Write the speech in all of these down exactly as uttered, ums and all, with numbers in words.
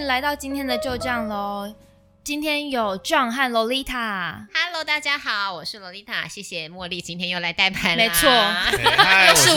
来到今天的就这样咯。今天有 John 和 Lolita。Hello， 大家好，我是 Lolita， 谢谢茉莉今天又来代班啦。 没错， 嗨，我是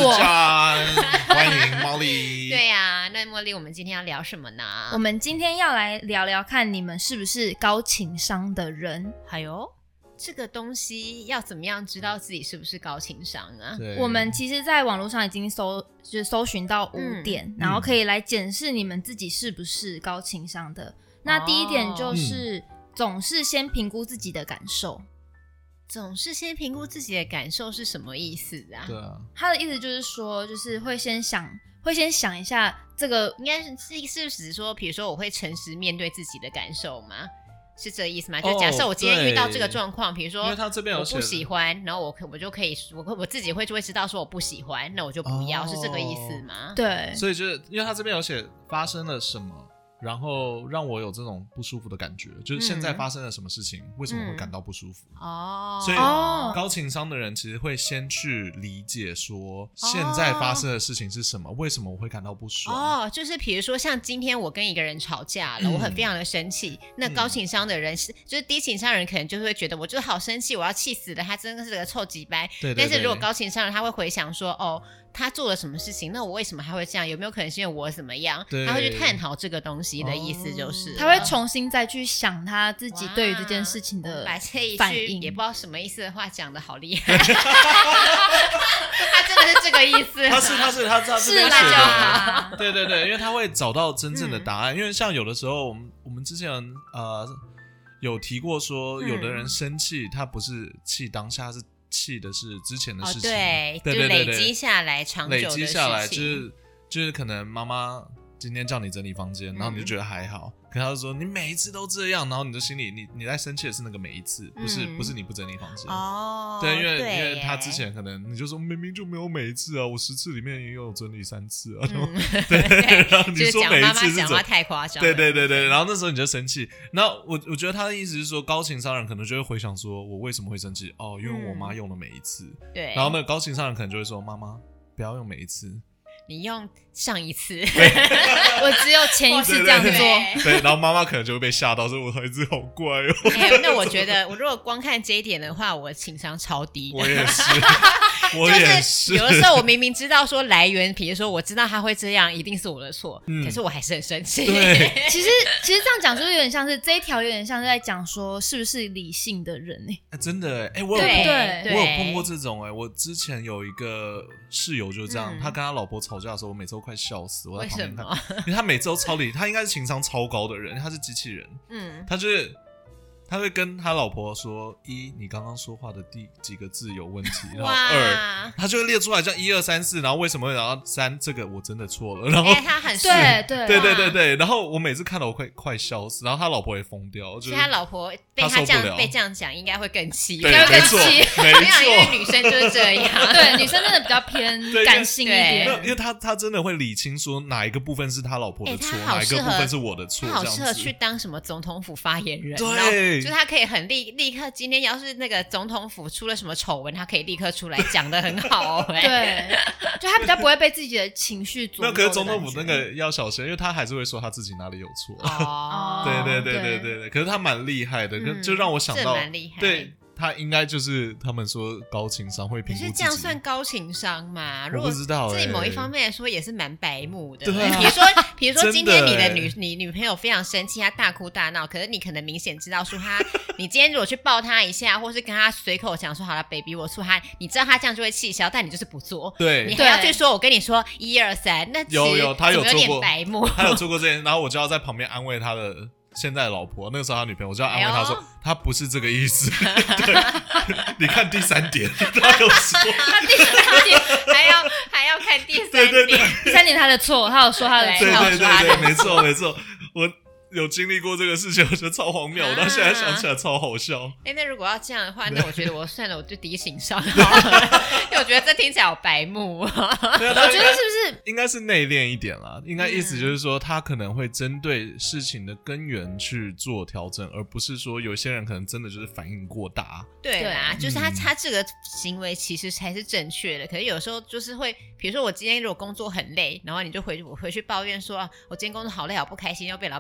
John， 欢迎 Molly。 对呀、啊，那茉莉，我们今天要聊什么呢？ 我们今天要来聊聊看，你们是不是高情商的人？ 哎呦，这个东西要怎么样知道自己是不是高情商啊？ 我们其实在网络上已经搜，就是搜寻到五点、嗯，然后可以来检视你们自己是不是高情商的。那第一点就是、哦嗯、总是先评估自己的感受。 总是先评估自己的感受是什么意思啊？ 对啊， 他的意思就是说，就是会先想，会先想一下这个， 应该是是指说，比如说我会诚实面对自己的感受吗？是这个意思吗？就假设我今天遇到这个状况，比如说我不喜欢，然后我我就可以我我自己会就会知道说我不喜欢，那我就不要，哦、是这个意思吗？ 对， 所以就是因为他这边有写发生了什么。然后让我有这种不舒服的感觉，就是现在发生了什么事情、嗯、为什么会感到不舒服、嗯、 哦， 所以高情商的人其实会先去理解说现在发生的事情是什么、哦、为什么我会感到不爽哦，就是比如说像今天我跟一个人吵架了、嗯、我很非常的生气，那高情商的人是、嗯、就是低情商人可能就会觉得我就是好生气，我要气死了，他真的是个臭鸡掰。对对对，但是如果高情商人他会回想说哦他做了什么事情，那我为什么还会这样，有没有可能是因为我怎么样，他会去探讨这个东西的意思，就是他会重新再去想他自己对于这件事情的反应，把这一句也不知道什么意思的话讲得好厉害他真的是这个意思， 他是他是他他这边写的， 对对对，因为他会找到真正的答案、嗯、因为像有的时候我们我们之前呃有提过说有的人生气、嗯、他不是气当下，是气的是之前的事情、 哦、对, 对, 对, 对, 对，就累积下来长久的事情，累积下来就是就是可能妈妈今天叫你整理房间、嗯、然后你就觉得还好，可是他就说你每一次都这样，然后你的心里你你在生气的是那个每一次，不是、嗯、不是你不整理房间哦， 对，因为因为他之前可能你就说明明就没有每一次啊，我十次里面也有整理三次啊，嗯、对, 对，然后你说每一次是讲话太夸张， 对对对对，然后那时候你就生气，然后我我觉得他的意思是说高情商人可能就会回想说我为什么会生气，哦，因为我妈用了每一次、嗯、对，然后那个高情商人可能就会说妈妈不要用每一次， 你用上一次我只有前一次这样做， 对, 对, 对，然后妈妈可能就会被吓到说我孩子好乖哦、 欸、那我觉得我如果光看这一点的话，我情商超低的， 我也是我也是， 就是有的时候我明明知道说来源，比如说我知道他会这样一定是我的错、嗯、可是我还是很生气。 对其实其实这样讲就是有点像是这一条有点像是在讲说是不是理性的人、欸欸、真的哎、欸，我有碰我有碰过这种哎、欸，我之前有一个室友就这样、嗯、他跟他老婆吵架的时候我每次都快笑死，我在旁边看，因为他每次都超理他应该是情商超高的人，他是机器人，嗯，他就是他会跟他老婆说，一你刚刚说话的第几个字有问题，然后二他就会列出来，这样一二三四，然后为什么会，然后三这个我真的错了，然后、 欸、他很对对对对对对，然后我每次看到我快快笑死，然后他老婆也疯掉，就是他老婆被他这样被这样讲，应该会更气， 对， 应该会更气， 没错， 因为女生就是这样， 对，女生真的比较偏感性一点， 因为他他真的会理清说哪一个部分是他老婆的错、欸，哪一个部分是我的错， 他好适合去当什么总统府发言人， 对， 就是他可以很立立刻，今天要是那个总统府出了什么丑闻，他可以立刻出来讲得很好、欸， 对，就他比较不会被自己的情绪左右。 那可是总统府那个要小心，因为他还是会说他自己哪里有错。哦，对对对对对对，可是他蛮厉害的、嗯，就让我想到， 蛮厉害， 对。他应该就是他们说高情商会评估自己， 可是这样算高情商吗？ 我不知道、欸， 自己某一方面来说也是蛮白目的。 对、啊， 比如说，比如说今天你的女的、欸、你女朋友非常生气，她大哭大闹，可是你可能明显知道说她，你今天如果去抱她一下，或是跟她随口讲说好了 ，baby 我错，她你知道她这样就会气消，但你就是不做， 对， 你还要去说我跟你说一二三，那有有他有做过， 有点白目， 他有做过这件，然后我就要在旁边安慰他的。现在的老婆，那个时候他女朋友，我就要安慰他说、哎，他不是这个意思。对，你看第三点，他有说， 他第三点还要还要看第三点， 对对对， 第三点他的错，他有说他的错， 对对对对，没错没错，我。有经历过这个事情，我觉得超荒谬，我到现在想起来超好笑。 哎、欸，那如果要这样的话，那我觉得我算了，我就低情商好了，因为我觉得这听起来好白目。我觉得是不是应该是内敛一点啦？应该意思就是说，他可能会针对事情的根源去做调整，而不是说有些人可能真的就是反应过大。 对啦，就是他、嗯、他这个行为其实才是正确的，可是有时候就是会，比如说我今天如果工作很累，然后你就回我回去抱怨说，我今天工作好累，好不开心，又被老板骂。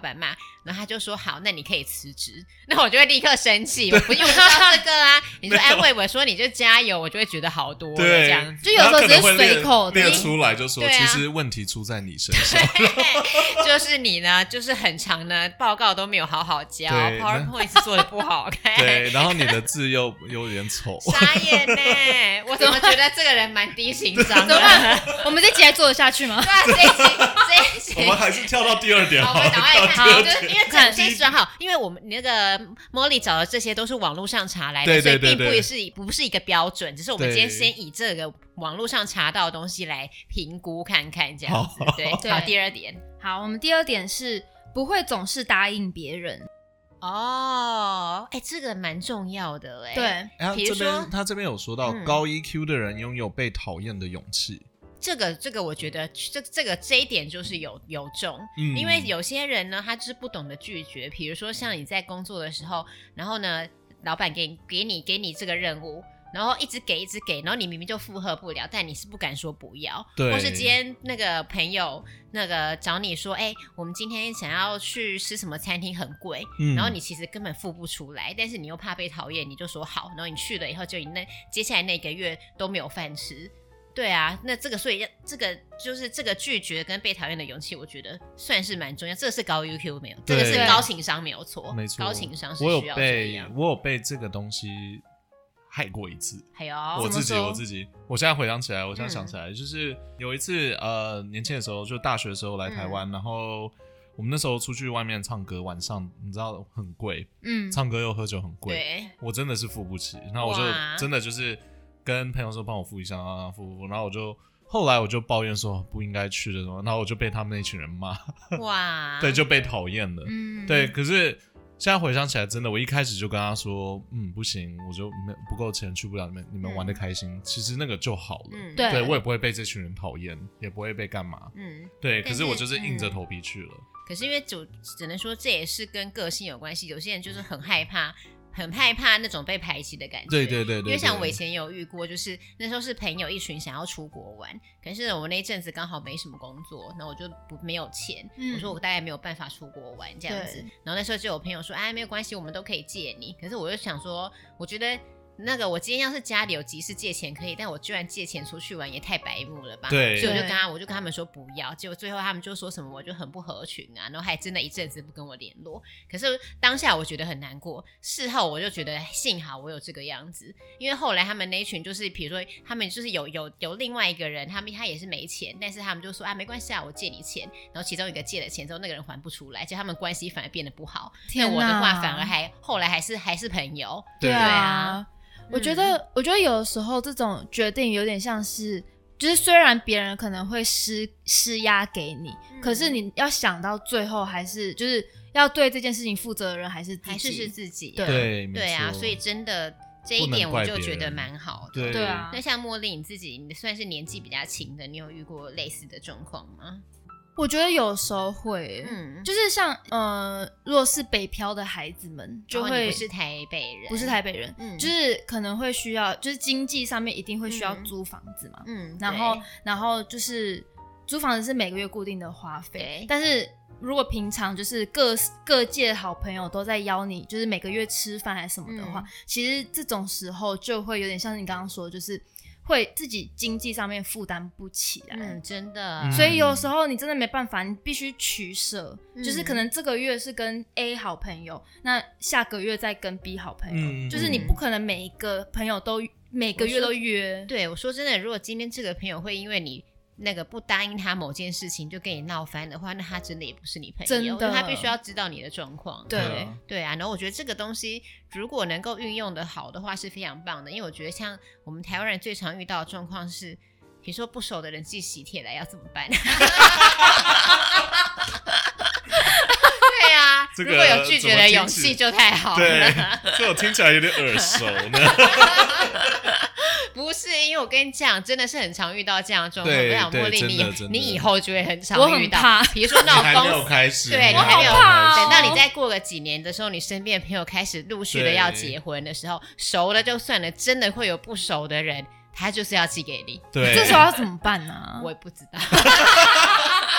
然后他就说好，那你可以辞职，那我就会立刻生气，我不用知道这个啊。你说安慰我说你就加油，我就会觉得好多了这样子。 就有时候只是随口的列出来就说、啊、其实问题出在你身上， 就是你呢就是很长的报告都没有好好交 PowerPoint 做的不好看， 对，然后你的字又有点丑， 傻眼呢。我怎么觉得这个人蛮低情商的？ 怎么办？我们这集还做得下去吗？ 对啊，这一集这一集我们还是跳到第二点好了。 好，我们赶快看，就是因为这这一段好，因为我们那个 Molly 找的这些都是网络上查来的， 对对对对， 所以并不是不是一个标准，只是我们今天先以这个网络上查到的东西来评估看看这样子。对，好，第二点， 好，我们第二点是不会总是答应别人。 哦，哎、欸，这个蛮重要的哎。 对， 比如说他这边有说到、嗯、高 E Q 的人拥有被讨厌的勇气。 这个这个我觉得这这个这一点就是有有中、嗯，因为有些人呢，他就是不懂得拒绝。比如说像你在工作的时候，然后呢，老板给给你给你这个任务。然后一直给一直给，然后你明明就负荷不了，但你是不敢说不要。 对。 或是今天那个朋友那个找你说，哎、欸，我们今天想要去吃什么餐厅很贵、嗯，然后你其实根本付不出来，但是你又怕被讨厌，你就说好，然后你去了以后，就你那接下来那个月都没有饭吃。对啊，那这个所以这个就是这个拒绝跟被讨厌的勇气，我觉得算是蛮重要。这个是高 U Q 没有，这个是高情商没有错，没错，高情商是需要这样。 我有被我有被这个东西害过一次， 还有我自己，我自己，我现在回想起来，我现在想起来，嗯、就是有一次，呃，年轻的时候，就大学的时候来台湾、嗯，然后我们那时候出去外面唱歌，晚上你知道很贵，嗯，唱歌又喝酒很贵， 对， 我真的是付不起，然后我就真的就是跟朋友说帮我付一下啊，付付付，然后我就后来我就抱怨说不应该去的什么，然后我就被他们那群人骂，哇，对，就被讨厌了，嗯，对，可是。现在回想起来，真的，我一开始就跟他说，嗯，不行，我就没不够钱，去不了你们，你们玩得开心、嗯，其实那个就好了。嗯，对，对我也不会被这群人讨厌，也不会被干嘛。嗯，对，可是我就是硬着头皮去了。嗯、 可是因为只只能说这也是跟个性有关系，有些人就是很害怕。很害怕那种被排挤的感觉， 对对 对, 对, 对， 因为像我以前有遇过，就是那时候是朋友一群想要出国玩，可是我那一阵子刚好没什么工作，那我就不没有钱、嗯，我说我大概没有办法出国玩这样子，然后那时候就有朋友说，哎，没有关系，我们都可以借你，可是我就想说，我觉得。那个我今天要是家里有急事借钱可以，但我居然借钱出去玩也太白目了吧？ 对， 所以我就跟他我就跟他们说不要，结果最后他们就说什么我就很不合群啊，然后还真的一阵子不跟我联络。可是当下我觉得很难过，事后我就觉得幸好我有这个样子，因为后来他们那一群就是比如说他们就是有有有另外一个人，他们他也是没钱，但是他们就说啊没关系啊，我借你钱，然后其中一个借了钱之后那个人还不出来，就他们关系反而变得不好。那我的话反而还后来还是还是朋友。 对啊。对啊我觉得、嗯，我觉得有的时候这种决定有点像是，就是虽然别人可能会施施压给你、嗯，可是你要想到最后还是就是要对这件事情负责的人还是自己， 还是是自己。 对对, 对啊，所以真的这一点我就觉得蛮好的。 对, 对啊。 那像茉莉你自己，你算是年纪比较轻的，你有遇过类似的状况吗？ 我觉得有时候会，嗯，就是像呃，如果是北漂的孩子们，就会、哦、 你不是台北人， 不是台北人，嗯，就是可能会需要，就是经济上面一定会需要租房子嘛，嗯，然后然后就是租房子是每个月固定的花费，但是如果平常就是各各界好朋友都在邀你，就是每个月吃饭还是什么的话、嗯，其实这种时候就会有点像你刚刚说的，就是会自己经济上面负担不起来， 嗯，真的， 所以有时候你真的没办法，你必须取舍、嗯，就是可能这个月是跟 A 好朋友，那下个月再跟 B 好朋友，嗯、就是你不可能每一个朋友都每个月都约。 对，我说真的，如果今天这个朋友会因为你那个不答应他某件事情就跟你闹翻的话，那他真的也不是你朋友，真的，因为他必须要知道你的状况。 对对啊，然后我觉得这个东西如果能够运用的好的话是非常棒的，因为我觉得像我们台湾人最常遇到的状况是，比如说不熟的人寄喜帖来要怎么办？对啊、这个，如果有拒绝的勇气就太好了。 对，这我听起来有点耳熟呢。 不是，因为我跟你讲，真的是很常遇到这样的状况。我想茉莉，你你以后就会很常遇到。 我很怕， 比如说那种公司， 你还没有开始， 对，你还没有。等到你再过个几年的时候，你身边的朋友开始陆续的要结婚的时候，熟了就算了，真的会有不熟的人，他就是要寄给你。 对， 这时候要怎么办呢、啊？ 我也不知道。这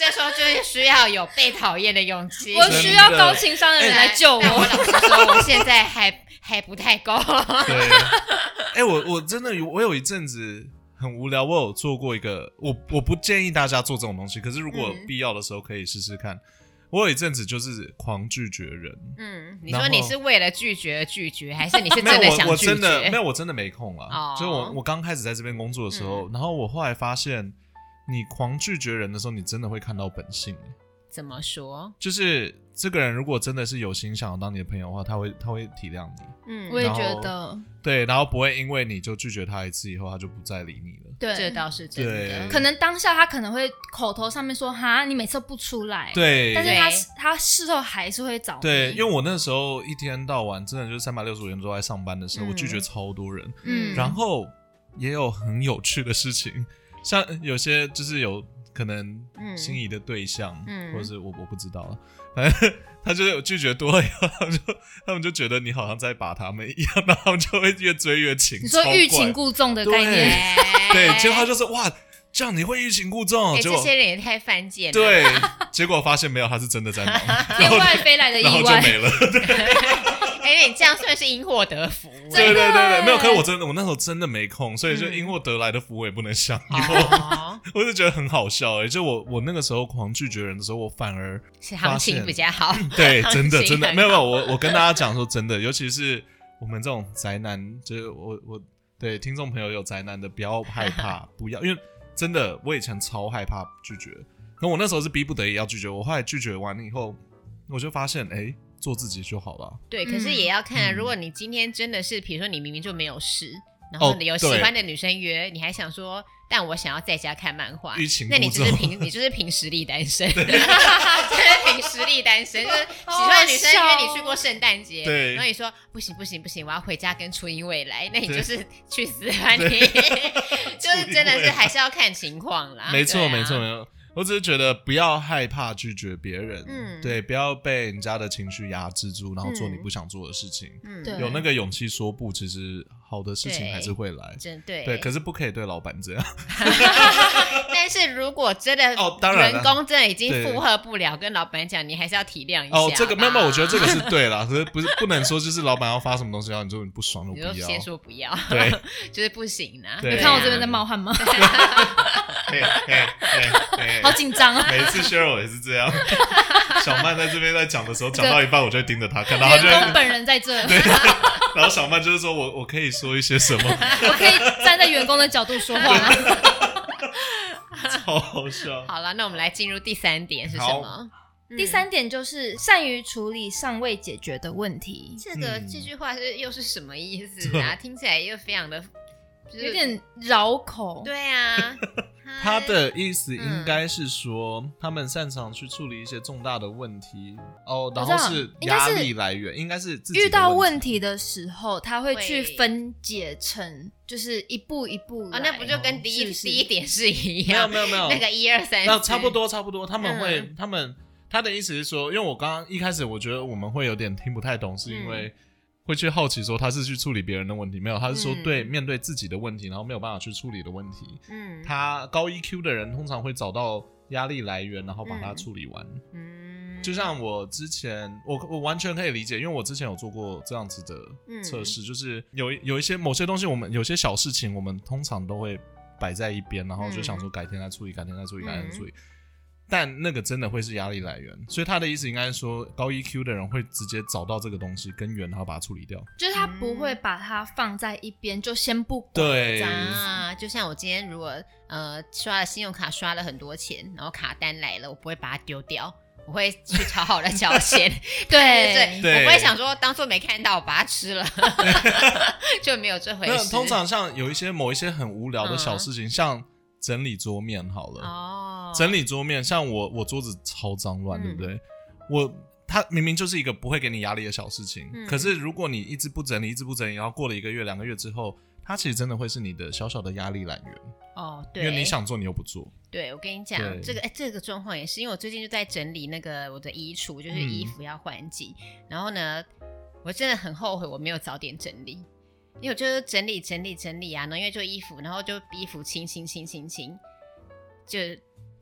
这时候就是需要有被讨厌的勇气。 我需要高情商的人来救我。 但我老实说，我现在还还不太够。 对，哎、欸，我我真的有，我有一阵子很无聊，我有做过一个，我我不建议大家做这种东西，可是如果有必要的时候可以试试看。嗯，我有一阵子就是狂拒绝人。 嗯，你说你是为了拒绝而拒绝，还是你是真的想拒绝？ 我, 我真的没有，我真的没空啊。 哦， 就我我刚开始在这边工作的时候，嗯，然后我后来发现，你狂拒绝人的时候，你真的会看到本性。 怎么说？ 就是这个人如果真的是有心想要当你的朋友的话，他会他会体谅你。 嗯，我也觉得。 对，然后不会因为你就拒绝他一次以后，他就不再理你了。 对， 这倒是真的。 可能当下他可能会口头上面说哈，你每次都不出来。 对， 但是他他事后还是会找你。 对，因为我那时候一天到晚真的就是三百六十五天都在上班的时候，嗯，我拒绝超多人。嗯，然后也有很有趣的事情，像有些就是有可能心仪的对象，嗯，或者是我我不知道了，反正他就是有拒绝多了以后，他们就他们就觉得你好像在把他们一样，然后他们就会越追越情。 你说欲擒故纵的概念， 对，对，结果他就说哇，这样你会欲擒故纵， 欸，这些人也太犯贱了。 对，结果发现没有，他是真的在忙， 天外飞来的意外， 然后就没了。对。 哎，欸，你这样算是因祸得福。 对对对对，没有，可是我真的，我那时候真的没空，所以就因祸得来的福我也不能享有。嗯，我就觉得很好笑。哎，欸，就我我那个时候狂拒绝人的时候，我反而行情比较好。 对，真的真的没有没有，我我跟大家讲说真的，尤其是我们这种宅男，就是我我对听众朋友有宅男的，不要害怕，不要，因为真的我以前超害怕拒绝，可我那时候是逼不得已要拒绝，我后来拒绝完以后，我就发现哎。欸做自己就好了。 对，可是也要看，嗯，如果你今天真的是，比如说你明明就没有事，然后你有喜欢的女生约，哦，你还想说，但我想要在家看漫画，那你就是凭你就是凭实力单身，就是凭实力单身，就是喜欢的女生约你去过圣诞节，然后你说不行不行不行，我要回家跟初音未来，那你就是去死吧你，就是真的是还是要看情况啦。 没错，啊，没错没错。我只是觉得不要害怕拒绝别人，嗯，对，不要被人家的情绪压制住，然后做你不想做的事情。嗯，有那个勇气说不，其实好的事情还是会来。 真对， 对，可是不可以对老板这样。 但是如果真的哦，当然员工真的已经负荷不了，跟老板讲，你还是要体谅一下。 哦，这个没有，我觉得这个是对啦，可是不是不能说就是老板要发什么东西，然后你说你不爽就不要， 你就先说不要， 对， 就是不行啊。 你看我这边在冒汗吗？ 嘿嘿嘿好紧张啊！ 每次 Cheryl 也是这样，小曼在这边在讲的时候，讲到一半我就会盯着他，看到他就员工本人在这， 然后小曼就是说我我可以说一些什么， 我可以站在员工的角度说话吗？ 超好笑。 好了，那我们来进入第三点是什么？ 嗯，第三点就是善于处理尚未解决的问题。 这个，嗯，这句话是又是什么意思啊？听起来又非常的。 有点绕口。 对啊， 他的意思应该是说，嗯，他们擅长去处理一些重大的问题哦，然后是压力来源，应该是自己遇到问题的时候，他会去分解成就是一步一步来。 哦，那不就跟第一、哦，是是第一点是一样？ 没有没有没有， 那个一二三， 那差不多差不多。他们会，嗯，他们他的意思是说，因为我刚刚一开始我觉得我们会有点听不太懂，是因为。嗯，会去好奇说他是去处理别人的问题，没有，他是说对，嗯，面对自己的问题，然后没有办法去处理的问题。嗯，他高 E Q 的人通常会找到压力来源，然后把它处理完。嗯，就像我之前，我我完全可以理解，因为我之前有做过这样子的测试，嗯，就是有有一些某些东西，我们有些小事情，我们通常都会摆在一边，然后就想说改天再处理，改天再处理，改天再处理。嗯，但那个真的会是压力来源，所以他的意思应该是说，高 E Q 的人会直接找到这个东西根源，然后把它处理掉。 就是他不会把它放在一边，就先不管。 对啊，就像我今天如果呃刷了信用卡刷了很多钱，然后卡单来了，我不会把它丢掉，我会去好好的交钱。对对，我不会想说当作没看到，我把它吃了，就没有这回事。 通常像有一些某一些很无聊的小事情，嗯，像整理桌面好了。哦，整理桌面，像我我桌子超脏乱，嗯，对不对？我它明明就是一个不会给你压力的小事情，嗯，可是如果你一直不整理，一直不整理，然后过了一个月、两个月之后，它其实真的会是你的小小的压力来源。 哦，对， 因为你想做，你又不做。 对，我跟你讲，这个哎，这个状况也是，因为我最近就在整理那个我的衣橱，就是衣服要换季，嗯，然后呢，我真的很后悔我没有早点整理。因为我就是整理整理整理啊，然后因为就衣服，然后就衣服清清清清清，就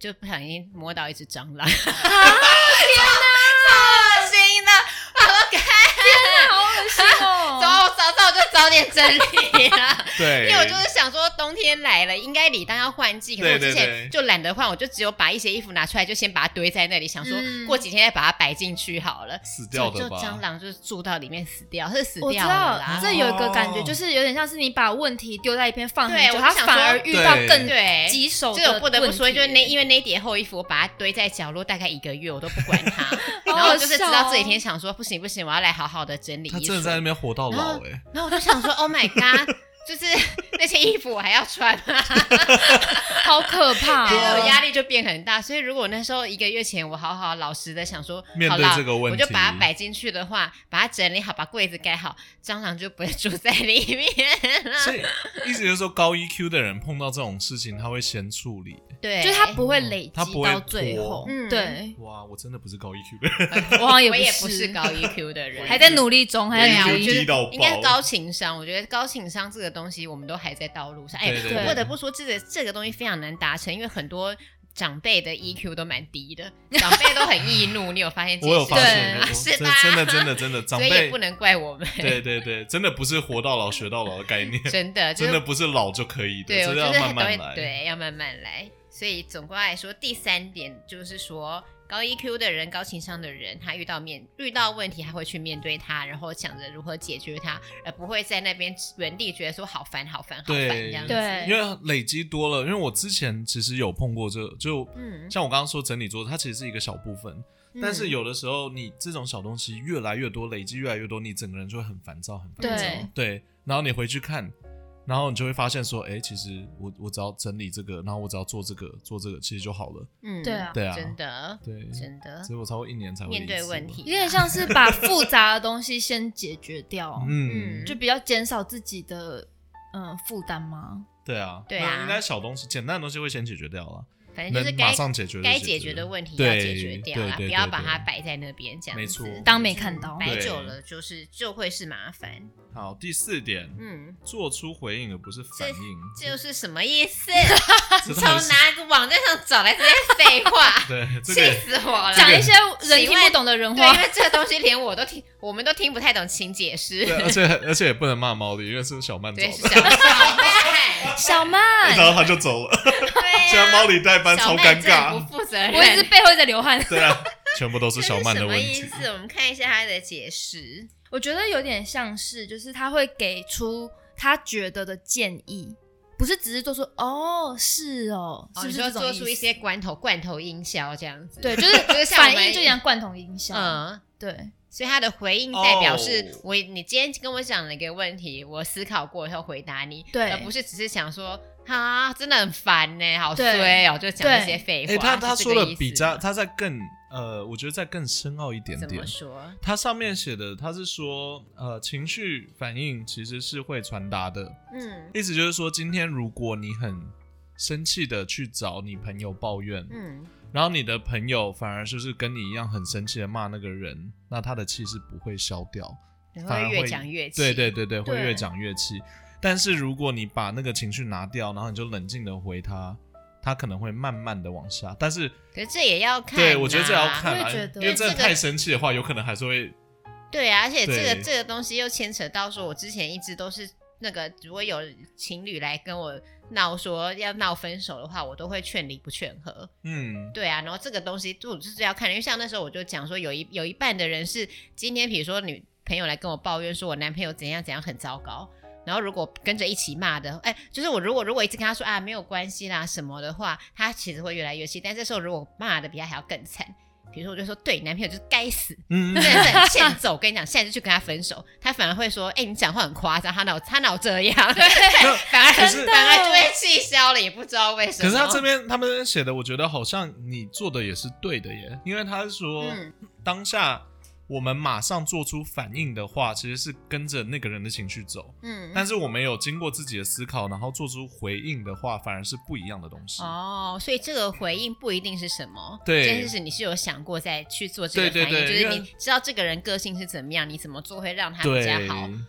就不小心摸到一只蟑螂。 啊！天哪， 超恶心的！我说天哪，好恶心哦！ 早早早就早点整理啦。 对， 因为我就是想说冬天来了，应该理当要换季，可是我之前就懒得换，我就只有把一些衣服拿出来，就先把它堆在那里，想说过几天再把它摆进去好了。 死掉的吧？ 就蟑螂就是住到里面死掉，是死掉了啦。 我知道，这有一个感觉，就是有点像是你把问题丢在一边放很久， 对它反而遇到更对棘手的问题。 这我不得不说，就是那因为那叠厚衣服，我把它堆在角落大概一个月，我都不管它。然后就是直到这几天想说，不行不行，我要来好好的整理衣服。 他真的在那边活到老哎、欸。 然后我就想说 ，Oh my god！ 就是那些衣服我还要穿吗？ 好可怕、哦！ 我压力就变很大。所以如果那时候一个月前我好好老实的想说， 面对这个问题， 我就把它摆进去的话，把它整理好，把柜子盖好，蟑螂就不会住在里面了。 所以意思就是说，高 E Q 的人碰到这种事情，他会先处理。 对， 就是他不会累积到最后。 嗯，对。 哇，我真的不是高 E Q 的人， 我好像也我也不是高 E Q 的人， 还在努力中，还在努力。 低到爆。应该高情商，我觉得高情商这个东西，我们都还在道路上。哎，我不得不说，这个这个东西非常难达成，因为很多长辈的 E Q 都蛮低的，长辈都很易怒。你有发现这件事？ 我有发现， 是吧？ 真的真的真的，长辈所以也不能怪我们。 对对对，真的不是活到老学到老的概念， 真的真的不是老就可以的， 对， 真的要慢慢来。 对，要慢慢来。所以总归来说，第三点就是说，高 E Q 的人、高情商的人，他遇到面遇到问题，他会去面对它，然后想着如何解决它，而不会在那边原地觉得说好烦、好烦、好烦这样子。 对， 因为累积多了，因为我之前其实有碰过这，就、嗯、像我刚刚说整理桌子，它其实是一个小部分，嗯、但是有的时候你这种小东西越来越多，累积越来越多，你整个人就会很烦躁、很烦躁。 对， 对，然后你回去看。然后你就会发现说，哎，其实我我只要整理这个，然后我只要做这个做这个，其实就好了。 嗯， 对啊， 对啊， 真的， 对， 真的。 所以我超过一年才会面对问题， 有点像是把复杂的东西先解决掉， 嗯， 就比较减少自己的嗯负担吗？ 对啊， 对啊， 应该小东西、简单的东西会先解决掉了。 反正就是该马上解决该解决的问题要解决掉啦，不要把它摆在那边这样子， 没错， 当没看到， 摆久了就是就会是麻烦。 好，第四点，嗯，做出回应而不是反应， 这又是什么意思？从哪个网站上找来这些废话？ 对， 气死我了！ 讲一些人听不懂的人话， 对，因为这个东西连我都听，我们都听不太懂，请解释。 对，而且而且也不能骂猫的，因為是小曼找的。 小曼， 小曼， 然后他就走了。对，现在猫里代班超尴尬， 不负责任。 我一直背后在流汗。 对啊，全部都是小曼的问题。 什么意思？我们看一下他的解释。 我觉得有点像是，就是他会给出他觉得的建议，不是只是做出哦是哦，是不是这种做出一些罐头罐头音效这样子？ 对，就是就是反应就像罐头音效。嗯，对。 所以他的回应代表是、oh. 我，你今天跟我讲了一个问题，我思考过以后回答你， 对， 而不是只是想说哈，真的很烦呢，好衰哦，就讲这些废话。 欸、他他说的比较，他在更呃，我觉得再更深奥一点点。 怎么说？ 他上面写的，他是说呃，情绪反应其实是会传达的，嗯，意思就是说，今天如果你很生气的去找你朋友抱怨，嗯。然后你的朋友反而就是跟你一样很生气的骂那个人，那他的气是不会消掉， 反而会越讲越气。 对对对对，会越讲越气。但是如果你把那个情绪拿掉，然后你就冷静的回他，他可能会慢慢的往下。但是， 可是这也要看、啊。 对，我觉得这要看啊， 因为真的太生气的话，有可能还是会。 对啊，而且这个这个东西又牵扯到说，我之前一直都是那个，如果有情侣来跟我闹说要闹分手的话，我都会劝离不劝和。嗯，对啊，然后这个东西我就是要看，因为像那时候我就讲说，有一有一半的人是今天，比如说女朋友来跟我抱怨说我男朋友怎样怎样很糟糕，然后如果跟着一起骂的，哎，就是我如果如果一直跟他说啊没有关系啦什么的话，他其实会越来越气，但这时候如果骂的比他还要更惨。比如说我就说对，男朋友就是该死，真的是很欠揍，我跟你讲，现在就去跟他分手，他反而会说哎、欸、你讲话很夸张，他哪他哪这样，对，反而反而就会气消了，也不知道为什么。 可是他这边他们写的我觉得好像你做的也是对的耶，因为他是说、嗯、当下我们马上做出反应的话，其实是跟着那个人的情绪走，嗯，但是我们有经过自己的思考，然后做出回应的话，反而是不一样的东西。 哦，所以这个回应不一定是什么， 对， 这件事你是有想过再去做这个反应， 对对对， 就是你知道这个人个性是怎么样，你怎么做会让他比较好。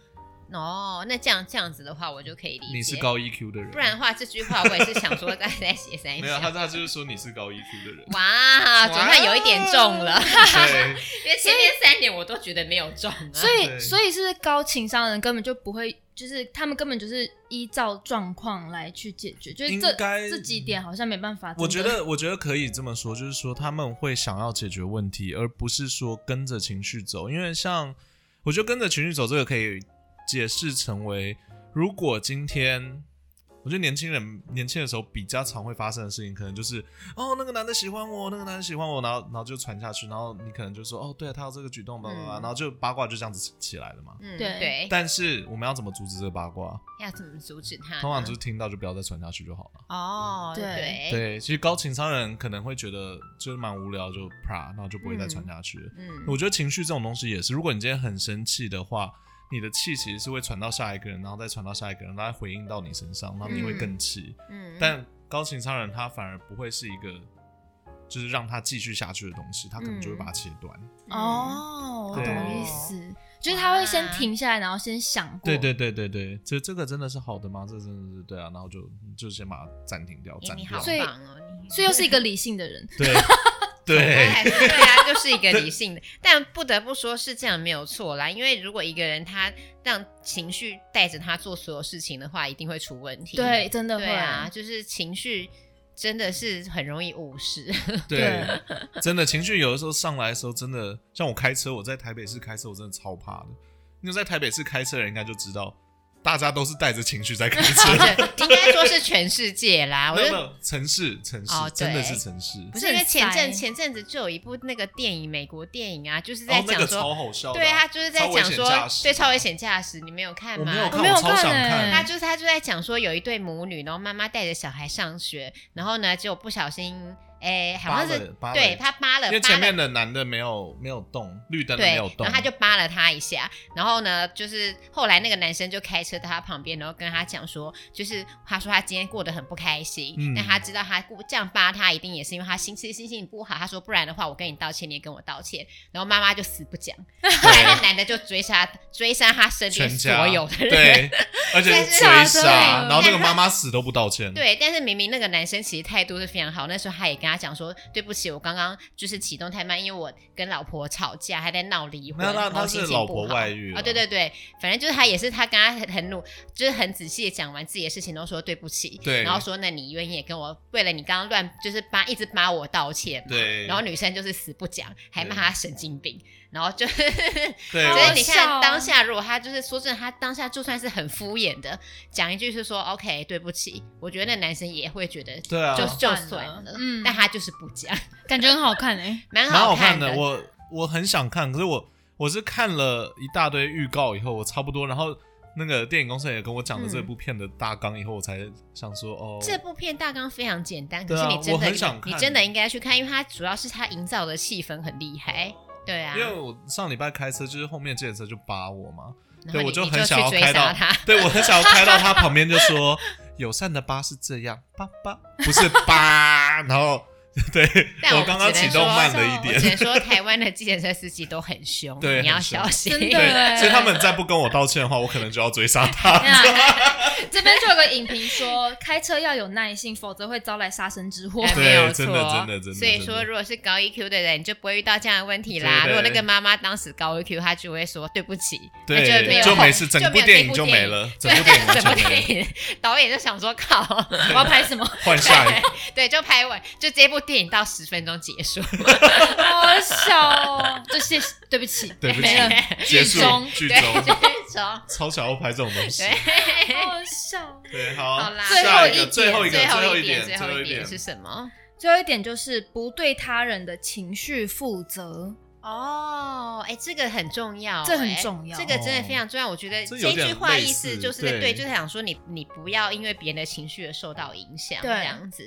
哦，那这样这样子的话，我就可以理解。 你是高 E Q 的人， 不然的话，这句话我也是想说，大家在写三小。 没有，他他就是说你是高 E Q 的人。 哇，总算有一点中了。 对， 因为前面三点我都觉得没有中啊。 所以，所以是不是高情商的人根本就不会，就是他们根本就是依照状况来去解决，就是这这几点好像没办法。 我觉得，我觉得可以这么说，就是说他们会想要解决问题，而不是说跟着情绪走。因为像我觉得跟着情绪走这个可以解释成为，如果今天我觉得年轻人年轻的时候比较常会发生的事情，可能就是哦那个男的喜欢我，那个男的喜欢我，然后然后就传下去，然后你可能就说哦对啊，他有这个举动，吧吧吧，然后就八卦就这样子起来了嘛。 嗯，对对。 但是我们要怎么阻止这个八卦？ 要怎么阻止他？ 通常就是听到就不要再传下去就好了。 哦，对对，其实高情商人可能会觉得就是蛮无聊，就啪，然后就不会再传下去了。嗯，我觉得情绪这种东西也是，如果你今天很生气的话，你的气其实是会传到下一个人，然后再传到下一个人，然后再回应到你身上，然后你会更气。嗯，但高情商人他反而不会是一个就是让他继续下去的东西，他可能就会把它切断。 嗯、哦，我懂意思，就是他会先停下来，然后先想过。 对对对对对，这这个真的是好的吗？这真的是对啊，然后就就先把它暂停掉，暂掉。 所以所以又是一个理性的人。 对。对， 对啊，就是一个理性的，但不得不说是这样没有错啦。因为如果一个人他让情绪带着他做所有事情的话，一定会出问题。 对，真的会。 对啊，就是情绪真的是很容易误事。 对，真的情绪有的时候上来的时候，真的像我开车，我在台北市开车，我真的超怕的。因为在台北市开车的人应该就知道。大家都是带着情绪在开车， 应该说是全世界啦。 没有没有，城市城市、哦、真的是城市。 不是因为前阵前阵子就有一部那个电影，美国电影啊，就是在讲说，哦那个、超好笑的、啊。 对，他就是在讲说，对超危险驾驶，你没有看吗？ 我没有看， 我没有看、欸，看他就是他就在讲说，有一对母女，然后妈妈带着小孩上学，然后呢，结果不小心。哎，好像是对他扒了， 因为前面的男的没有没有动，绿灯没有动， 然后他就扒了他一下，然后呢，就是后来那个男生就开车到他旁边，然后跟他讲说，就是他说他今天过得很不开心，嗯、但他知道他这样扒他一定也是因为他心情心情不好，他说不然的话我跟你道歉，你也跟我道歉，然后妈妈就死不讲，后来那男的就追杀追杀他身边所有的人， 对，而且追杀，然后那个妈妈死都不道歉， 对，但是明明那个男生其实态度是非常好，那时候他也跟他。他讲说对不起，我刚刚就是启动太慢，因为我跟老婆吵架，还在闹离婚， 然后心情不好。他是老婆外遇啊、哦？对对对，反正就是他也是他跟他很很努，就是很仔细的讲完自己的事情，都说对不起， 对， 然后说那你愿意也跟我为了你刚刚乱就是扒一直扒我道歉， 对， 然后女生就是死不讲，还骂他神经病。然后就对， 所以你看当下，如果他就是说真的，他当下就算是很敷衍的讲一句是说 OK 对不起，我觉得那男生也会觉得对啊， 就就算了，嗯，但他就是不讲， 感觉很好看哎、欸， 蛮好看的。我我很想看，可是我我是看了一大堆预告以后，我差不多，然后那个电影公司也跟我讲了这部片的大纲以后，我才想说哦， 这部片大纲非常简单，可是你真的、 啊、 你真的应该去看，因为它主要是它营造的气氛很厉害。对啊， 因为我上礼拜开车，就是后面计程车就扒我嘛，对，我就很想要开到他， 对我很想要开到他旁边，就说友善的扒是这样，扒扒不是扒，然后对， 我刚刚启动慢了一点。 我只能说台湾的计程车司机都很凶， 对， 你要小心。 真的， 所以他们再不跟我道歉的话，我可能就要追杀他。 这边就有个影评说，开车要有耐性，否则会招来杀身之祸。 没有错， 真的真的真的。 所以说，如果是高 E Q 的人，你就不会遇到这样的问题啦。如果那个妈妈当时高 E Q， 她就会说对不起， 对， 就没有就没事，整部电影就没了，整部电影整部电影导演就想说靠， 我要拍什么？ 换下一个， 对，就拍完，就这部电影到十分钟结束， 好笑哦！就谢对不起， 对不起， 没了， 结束，剧中，超想要拍这种东西， 好笑。 对，好， 好啦， 最后一点， 最后一个，最后一点， 最后一点是什么？ 最后一点就是不对他人的情绪负责。 哦，哎，这个很重要， 这很重要， 这个真的非常重要。我觉得这句话意思就是对，就是想说你你不要因为别人的情绪而受到影响，这样子。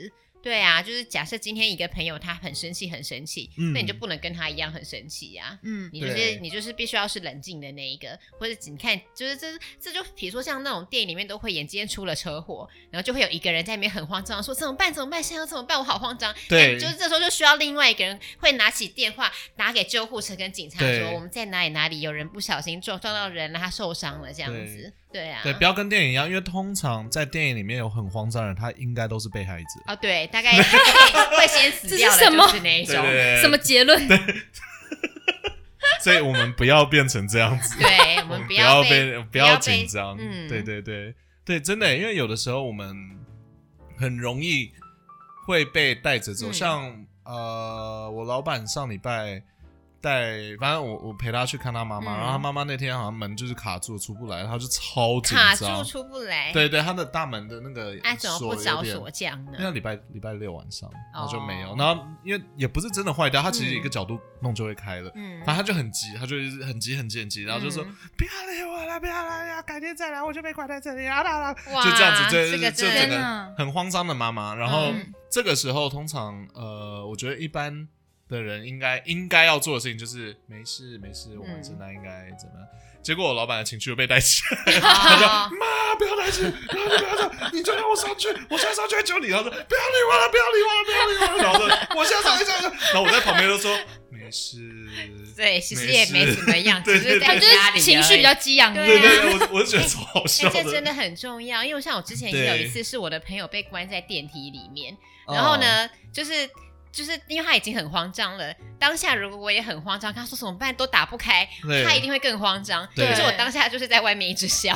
对啊，就是假设今天一个朋友他很生气很生气、嗯、那你就不能跟他一样很生气啊，嗯，你就是你就是必须要是冷静的那一个，或者你看就是这这就比如说像那种电影里面都会演今天出了车祸，然后就会有一个人在那边很慌张说怎么办怎么办现在要怎么办我好慌张，对，就是这时候就需要另外一个人会拿起电话打给救护车跟警察说我们在哪里哪里有人不小心撞撞到人了他受伤了这样子，对啊， 对，不要跟电影一样，因为通常在电影里面有很慌张的人他应该都是被害者哦，对，大概会先死掉的就是那一种， 对对对，什么结论？ 对所以我们不要变成这样子， 对，我们不要被不要紧张，嗯，对对对对，真的，因为有的时候我们很容易会被带着走，嗯、像呃，我老板上礼拜带，反正我我陪他去看他妈妈、嗯，然后他妈妈那天好像门就是卡住出不来，他就超紧张， 卡住出不来， 对对，他的大门的那个哎、啊，怎么不找锁匠呢？ 因为礼拜礼拜六晚上，然后就没有，哦、然后因为也不是真的坏掉，他其实一个角度弄就会开了，嗯，反正他就很急，他就很急很急很急，然后就说、嗯、不要理我了，不要来呀，改天再来，我就被关在这里啊啦啦，就这样子，就这个就整个很慌张的妈妈，然后、嗯、这个时候通常呃，我觉得一般的人应该应该要做的事情就是没事没事，我们现在应该怎么样？嗯、结果我老板的情绪又被带起来，他说：“妈，不要担心，然后你不要这样，你就让我上去，我现在上去救你。”然后说：“不要理我了，不要理我了，不要理我了。”然后说：“我现在上去上去。”然后我在旁边就说：“没事。” 对，其实也没怎么样，只是在家里情绪比较激昂。 对对对，我我就觉得超好笑的。 这真的很重要，因为像我之前也有一次，是我的朋友被关在电梯里面，然后呢，就是。就是因为他已经很慌张了，当下如果我也很慌张，跟他说怎么办都打不开，他一定会更慌张。可是我当下就是在外面一直笑。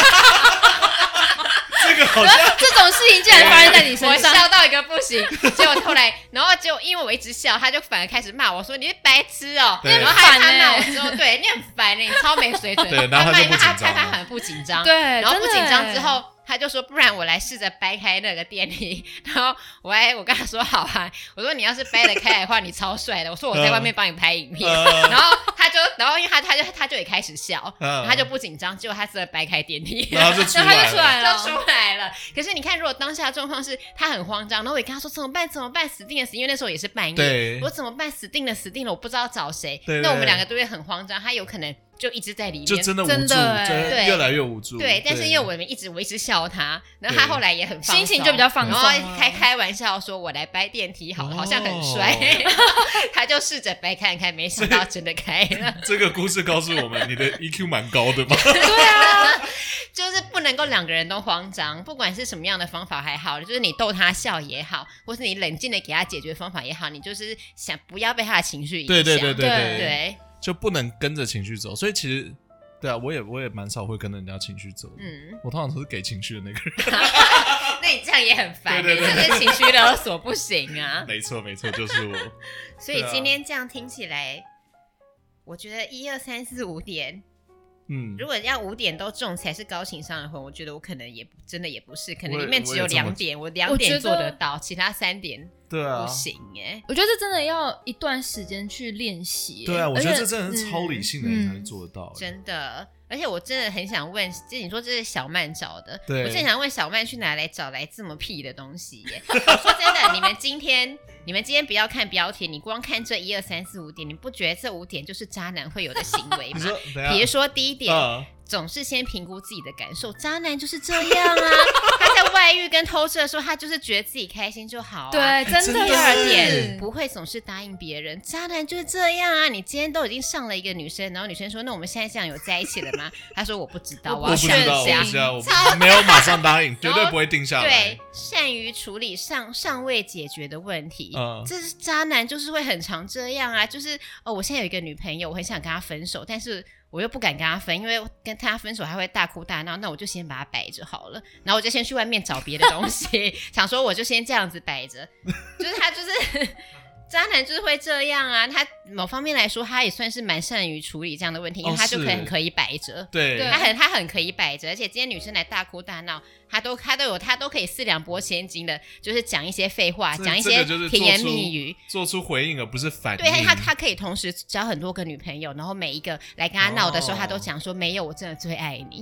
这个好像这种事情竟然发生在你身上， 我笑到一个不行。结果后来，然后结果因为我一直笑，他就反而开始骂我说：“你是白痴哦、喔！”然后他他骂我之后，对，你很烦呢、欸，你超没水准。 对，然后他就不紧张， 他他很不紧张， 对， 然后不紧张之后。他就说不然我来试着掰开那个电梯，然后我还我跟他说好啊，我说你要是掰得开的话你超帅的，我说我在外面帮你拍影片、uh, 然后他就然后因为他他就他就也开始笑、uh, 他就不紧张，结果他真的掰开电梯， 然后就出来了他就出来了就出来了。可是你看如果当下状况是他很慌张，然后我也跟他说怎么办怎么办死定了死定了，因为那时候也是半夜，我怎么办死定了死定了我不知道找谁，那我们两个都会很慌张，他有可能就一直在里面， 就真的无助， 真的对，越来越无助。 对，但是因为我们一直我一直笑他，然后他后来也很放松， 心情就比较放松、啊， 然后开开玩笑说：“我来掰电梯好了，哦、好像很帅。”他就试着掰看看，没想到真的开了。 这个故事告诉我们，你的 E Q 蛮高的嘛？ 对啊，就是不能够两个人都慌张，不管是什么样的方法还好，就是你逗他笑也好，或是你冷静的给他解决方法也好，你就是想不要被他的情绪影响。 对对对对 对, 对, 对， 就不能跟着情绪走。所以其实。对啊，我也我也蛮少会跟着人家情绪走的，嗯，我通常都是给情绪的那个人。 那你这样也很烦， 对对对， 这是情绪勒索不行啊。 没错没错，就是我。 所以今天这样听起来，我觉得一二三四五点，嗯，如果要五点都中才是高情商的婚，我觉得我可能也真的也不是，可能里面只有两点，我两点做得到，其他三点。 对啊， 不行哎、欸， 我觉得这真的要一段时间去练习、欸。 对啊，我觉得这真的是超理性的人才能做得到、欸嗯。真的，而且我真的很想问，就你说这是小曼找的， 对， 我真想问小曼去哪来找来这么屁的东西耶、欸？我说真的，你们今天，你们今天不要看标题，你光看这一二三四五点，你不觉得这五点就是渣男会有的行为吗？比如说第一点。uh. 总是先评估自己的感受，渣男就是这样啊！他在外遇跟偷吃的时候，他就是觉得自己开心就好啊。 对，真的。 第二点，不会总是答应别人，渣男就是这样啊！你今天都已经上了一个女生，然后女生说：“那我们现在这样有在一起了吗？”他说：“我不知道，我要想一下。” 我没有马上答应，绝对不会定下来。 对，善于处理尚尚未解决的问题，嗯，这是渣男就是会很常这样啊！就是哦，我现在有一个女朋友，我很想跟她分手，但是。我又不敢跟他分，因为跟他分手还会大哭大闹，那我就先把他摆着好了，然后我就先去外面找别的东西，想说我就先这样子摆着，就是他就是渣男就是会这样啊，他某方面来说他也算是蛮善于处理这样的问题，因为他就可能可以摆着、哦，对，他很他很可以摆着，而且今天女生来大哭大闹，他都他都有他都可以四两拨千斤的，就是讲一些废话，讲一些甜言蜜语， 做出回应而不是反应。 对，他他可以同时交很多个女朋友，然后每一个来跟他闹的时候，哦、他都讲说没有，我真的最爱你。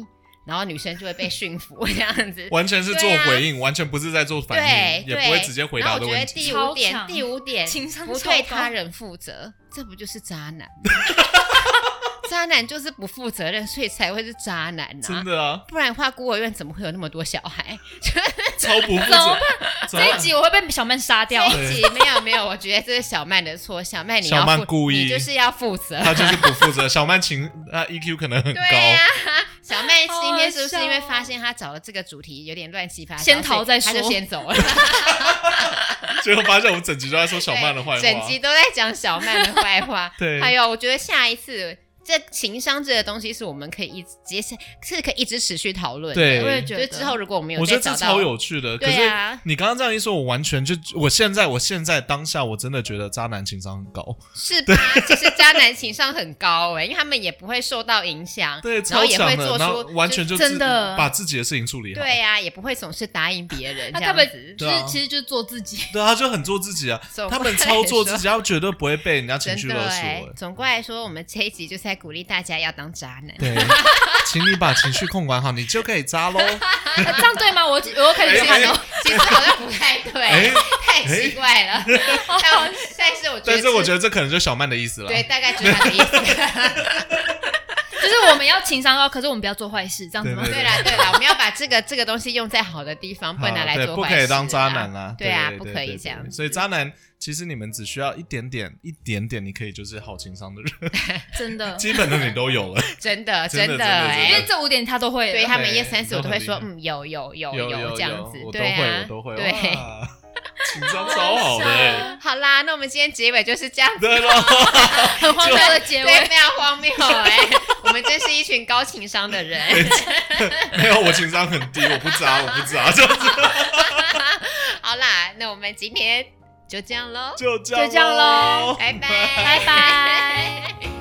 然后女生就会被驯服这样子， 完全是做回应，啊、完全不是在做反应，也不会直接回答的问题。 然后我觉得第五点，第五点不对他人负责，这不就是渣男吗？渣男就是不负责任，所以才会是渣男啊！ 真的啊， 不然的话，孤儿院怎么会有那么多小孩？ 超不负责。 怎么办？这一集我会被小曼杀掉。 这一集没有没有，我觉得这是小曼的错。小曼你要小曼故意， 你就是要负责。 他就是不负责。小曼情啊 E Q 可能很高。 对啊，小曼今天是不是因为发现他找的这个主题有点乱七八糟， 先逃再说， 他就先走了。 结果发现我们整集都在说小曼的坏话， 整集都在讲小曼的坏话。 对， 还有我觉得下一次。这情商这个东西是我们可以一直接下是可以一直持续讨论的。 对， 我也觉得。 就之后如果我们有我觉得这超有趣的。可是你刚刚这样一说，我完全就我现在我现在当下我真的觉得渣男情商很高。 是吧？其实渣男情商很高哎、欸，因为他们也不会受到影响， 对， 然后也会做出完全就真的把自己的事情处理好。 对呀、啊，也不会总是答应别人这样子。 就是、啊、其实就是做自己。 对啊，他就很做自己啊，他们超做自己，他绝对不会被人家情绪勒索、欸。 总归来说，我们这一集就是在鼓励大家要当渣男。 对，请你把情绪控管好，你就可以渣喽。 这样对吗？我我又开始看了， 其实好像不太对，欸、太奇怪了。欸、但, 但是我觉得， 但是我觉得这可能就小曼的意思了。 对，大概就是他的意思。 就是我们要情商高，可是我们不要做坏事，这样子吗？ 对啦对啦，我们要把这个这个东西用在好的地方，不能拿来做坏事。 不可以当渣男啦。 对啊，不可以这样。 所以渣男。其实你们只需要一点点，一点点，你可以就是好情商的人， 真的， 基本的你都有了， 真的真的，哎， 因为这五点他都会， 对他们一三四我都会说，嗯，有有有有这样子， 对啊，我都会，我都会，对，情商超好的哎。 好啦，那我们今天结尾就是这样子， 对咯， 很荒谬的结尾， 对，非常荒谬哎，我们真是一群高情商的人。 没有，我情商很低，我不渣，我不渣，这样子。 好啦，那我们今天。就这样咯， 就这样咯， 拜拜， 拜拜。